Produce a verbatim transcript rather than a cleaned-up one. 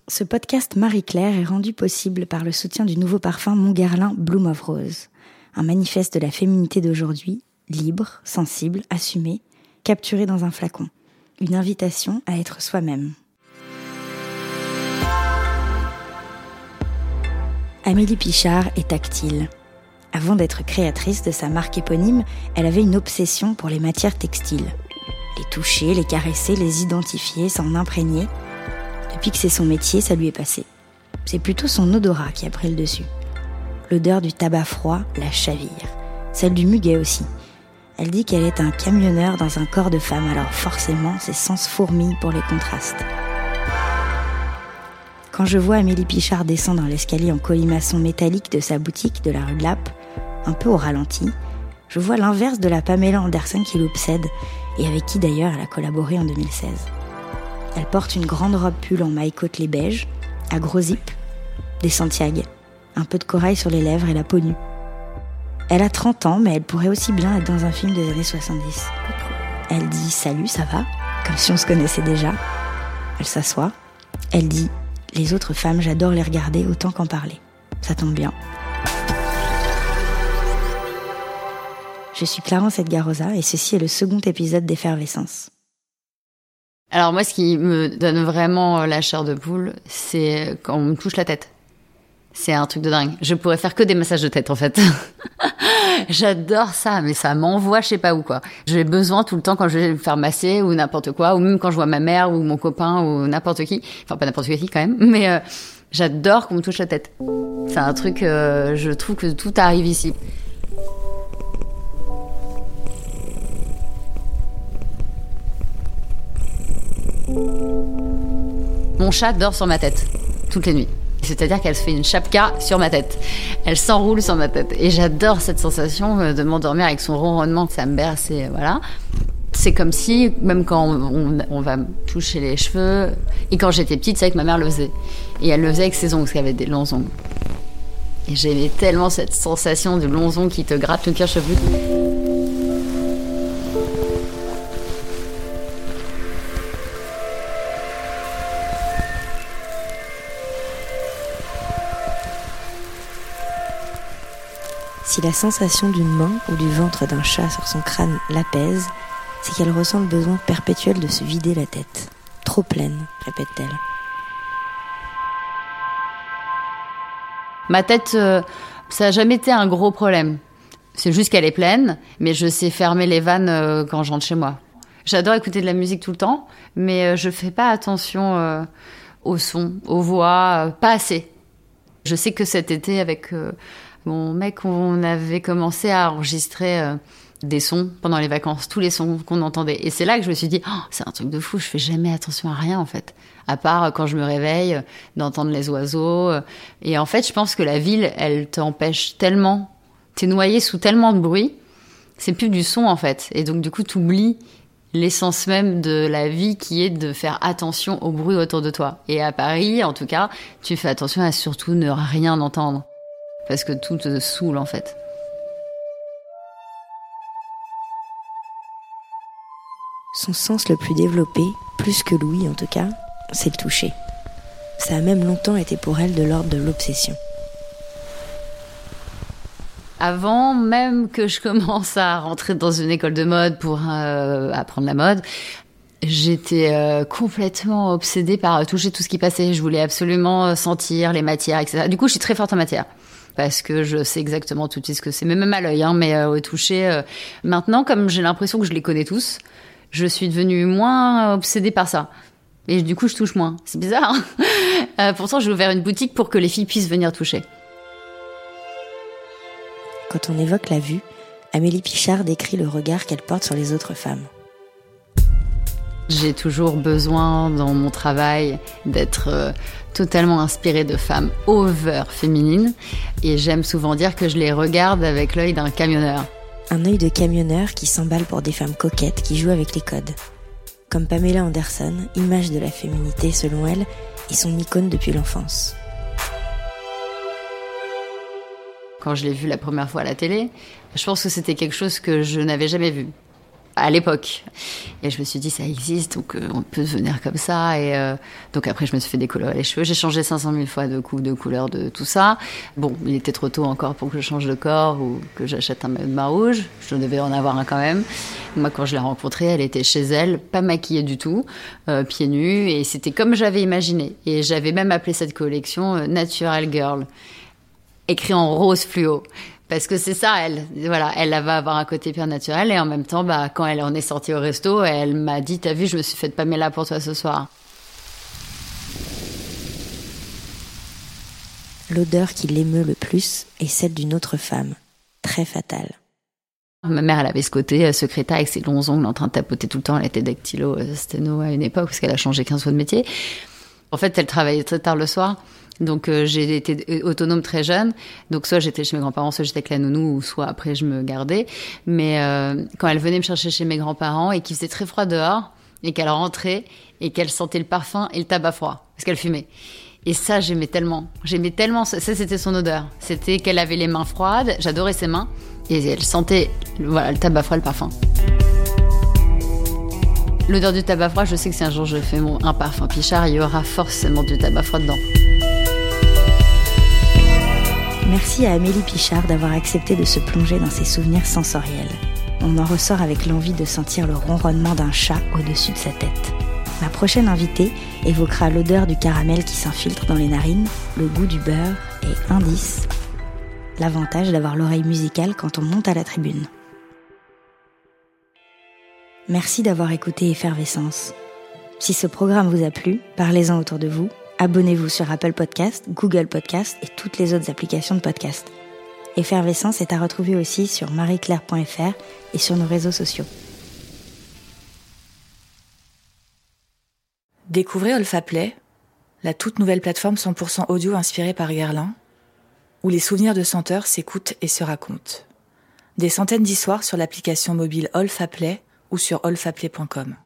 Ce podcast Marie-Claire est rendu possible par le soutien du nouveau parfum Montguerlain Bloom of Rose, un manifeste de la féminité d'aujourd'hui, libre, sensible, assumée, capturée dans un flacon. Une invitation à être soi-même. Amélie Pichard est tactile. Avant d'être créatrice de sa marque éponyme, elle avait une obsession pour les matières textiles. Les toucher, les caresser, les identifier, s'en imprégner. Depuis que c'est son métier, ça lui est passé. C'est plutôt son odorat qui a pris le dessus. L'odeur du tabac froid la chavire. Celle du muguet aussi. Elle dit qu'elle est un camionneur dans un corps de femme, alors forcément, ses sens fourmillent pour les contrastes. Quand je vois Amélie Pichard descendre dans l'escalier en colimaçon métallique de sa boutique de la rue de Lappe, un peu au ralenti, je vois l'inverse de la Pamela Anderson qui l'obsède, et avec qui d'ailleurs elle a collaboré en deux mille seize. Elle porte une grande robe pull en maille côtelée beige, à gros zip, des Santiago, un peu de corail sur les lèvres et la peau nue. Elle a trente ans, mais elle pourrait aussi bien être dans un film des années soixante-dix. Elle dit « Salut, ça va ?» comme si on se connaissait déjà. Elle s'assoit. Elle dit « Les autres femmes, j'adore les regarder autant qu'en parler. Ça tombe bien. » Je suis Clarence Edgarosa et ceci est le second épisode d'Effervescence. Alors moi, ce qui me donne vraiment la chair de poule, c'est quand on me touche la tête. C'est un truc de dingue. Je pourrais faire que des massages de tête, en fait. J'adore ça, mais ça m'envoie je sais pas où, quoi. J'ai besoin tout le temps quand je vais me faire masser ou n'importe quoi, ou même quand je vois ma mère ou mon copain ou n'importe qui. Enfin, pas n'importe qui quand même, mais euh, j'adore qu'on me touche la tête. C'est un truc, euh, je trouve que tout arrive ici. Mon chat dort sur ma tête, toutes les nuits. C'est-à-dire qu'elle se fait une chapka sur ma tête. Elle s'enroule sur ma tête. Et j'adore cette sensation de m'endormir avec son ronronnement. Ça me berce et voilà. C'est comme si, même quand on, on, on va me toucher les cheveux, et quand j'étais petite, c'est vrai que ma mère le faisait. Et elle le faisait avec ses ongles, parce qu'elle avait des longs ongles. Et j'aimais tellement cette sensation de longs ongles qui te grattent le cuir chevelu. Si la sensation d'une main ou du ventre d'un chat sur son crâne l'apaise, c'est qu'elle ressent le besoin perpétuel de se vider la tête. Trop pleine, répète-t-elle. Ma tête, euh, ça n'a jamais été un gros problème. C'est juste qu'elle est pleine, mais je sais fermer les vannes euh, quand je rentre chez moi. J'adore écouter de la musique tout le temps, mais euh, je fais pas attention euh, au son, aux voix, euh, pas assez. Je sais que cet été, avec... Euh, Mon mec, on avait commencé à enregistrer euh, des sons pendant les vacances, tous les sons qu'on entendait. Et c'est là que je me suis dit, oh, c'est un truc de fou, je fais jamais attention à rien en fait. À part euh, quand je me réveille, euh, d'entendre les oiseaux. Euh, et en fait, je pense que la ville, elle t'empêche tellement, t'es noyé sous tellement de bruit, c'est plus du son en fait. Et donc du coup, t'oublies l'essence même de la vie qui est de faire attention au bruit autour de toi. Et à Paris, en tout cas, tu fais attention à surtout ne rien entendre. Parce que tout te saoule, en fait. Son sens le plus développé, plus que l'ouïe en tout cas, c'est le toucher. Ça a même longtemps été pour elle de l'ordre de l'obsession. Avant même que je commence à rentrer dans une école de mode pour euh, apprendre la mode, j'étais euh, complètement obsédée par toucher tout ce qui passait. Je voulais absolument sentir les matières, et cetera. Du coup, je suis très forte en matière. Parce que je sais exactement tout de suite ce que c'est, mais même à l'œil, hein, mais euh, au toucher. Euh... Maintenant, comme j'ai l'impression que je les connais tous, je suis devenue moins obsédée par ça. Et du coup, je touche moins. C'est bizarre, hein euh, pourtant, j'ai ouvert une boutique pour que les filles puissent venir toucher. Quand on évoque la vue, Amélie Pichard décrit le regard qu'elle porte sur les autres femmes. J'ai toujours besoin, dans mon travail, d'être euh, totalement inspirée de femmes over féminines. Et j'aime souvent dire que je les regarde avec l'œil d'un camionneur. Un œil de camionneur qui s'emballe pour des femmes coquettes qui jouent avec les codes. Comme Pamela Anderson, image de la féminité selon elle, et son icône depuis l'enfance. Quand je l'ai vue la première fois à la télé, je pense que c'était quelque chose que je n'avais jamais vu. à l'époque. Et je me suis dit, ça existe, donc euh, on peut devenir comme ça. Et euh, donc après, je me suis fait décolorer les cheveux. J'ai changé cinq cent mille fois de coupe, de couleur, de tout ça. Bon, il était trop tôt encore pour que je change de corps ou que j'achète un maillot de bain rouge. Je devais en avoir un quand même. Moi, quand je l'ai rencontrée, elle était chez elle, pas maquillée du tout, euh, pieds nus. Et c'était comme j'avais imaginé. Et j'avais même appelé cette collection euh, Natural Girl, écrit en rose fluo. Parce que c'est ça, elle, voilà, elle va avoir un côté hyper naturel et en même temps, bah, quand elle en est sortie au resto, elle m'a dit, t'as vu, je me suis fait Pamela pour toi ce soir. L'odeur qui l'émeut le plus est celle d'une autre femme, très fatale. Ma mère, elle avait ce côté secrétaire avec ses longs ongles en train de tapoter tout le temps. Elle était dactylo sténo à une époque parce qu'elle a changé quinze fois de métier. En fait, elle travaillait très tard le soir. Donc euh, j'ai été autonome très jeune, donc soit j'étais chez mes grands-parents, soit j'étais avec la nounou, ou soit après je me gardais. Mais euh, quand elle venait me chercher chez mes grands-parents et qu'il faisait très froid dehors, et qu'elle rentrait, et qu'elle sentait le parfum et le tabac froid, parce qu'elle fumait. Et ça, j'aimais tellement, j'aimais tellement, ça c'était son odeur. C'était qu'elle avait les mains froides, j'adorais ses mains, et elle sentait voilà, le tabac froid, le parfum. L'odeur du tabac froid, je sais que si un jour je fais mon, un parfum Pichard, il y aura forcément du tabac froid dedans. Merci à Amélie Pichard d'avoir accepté de se plonger dans ses souvenirs sensoriels. On en ressort avec l'envie de sentir le ronronnement d'un chat au-dessus de sa tête. Ma prochaine invitée évoquera l'odeur du caramel qui s'infiltre dans les narines, le goût du beurre et, indice, l'avantage d'avoir l'oreille musicale quand on monte à la tribune. Merci d'avoir écouté Effervescence. Si ce programme vous a plu, parlez-en autour de vous. Abonnez-vous sur Apple Podcasts, Google Podcasts et toutes les autres applications de podcast. Effervescence est à retrouver aussi sur marie claire point f r et sur nos réseaux sociaux. Découvrez Olfaplay, la toute nouvelle plateforme cent pour cent audio inspirée par Guerlain, où les souvenirs de senteurs s'écoutent et se racontent. Des centaines d'histoires sur l'application mobile Olfaplay ou sur olfaplay point com.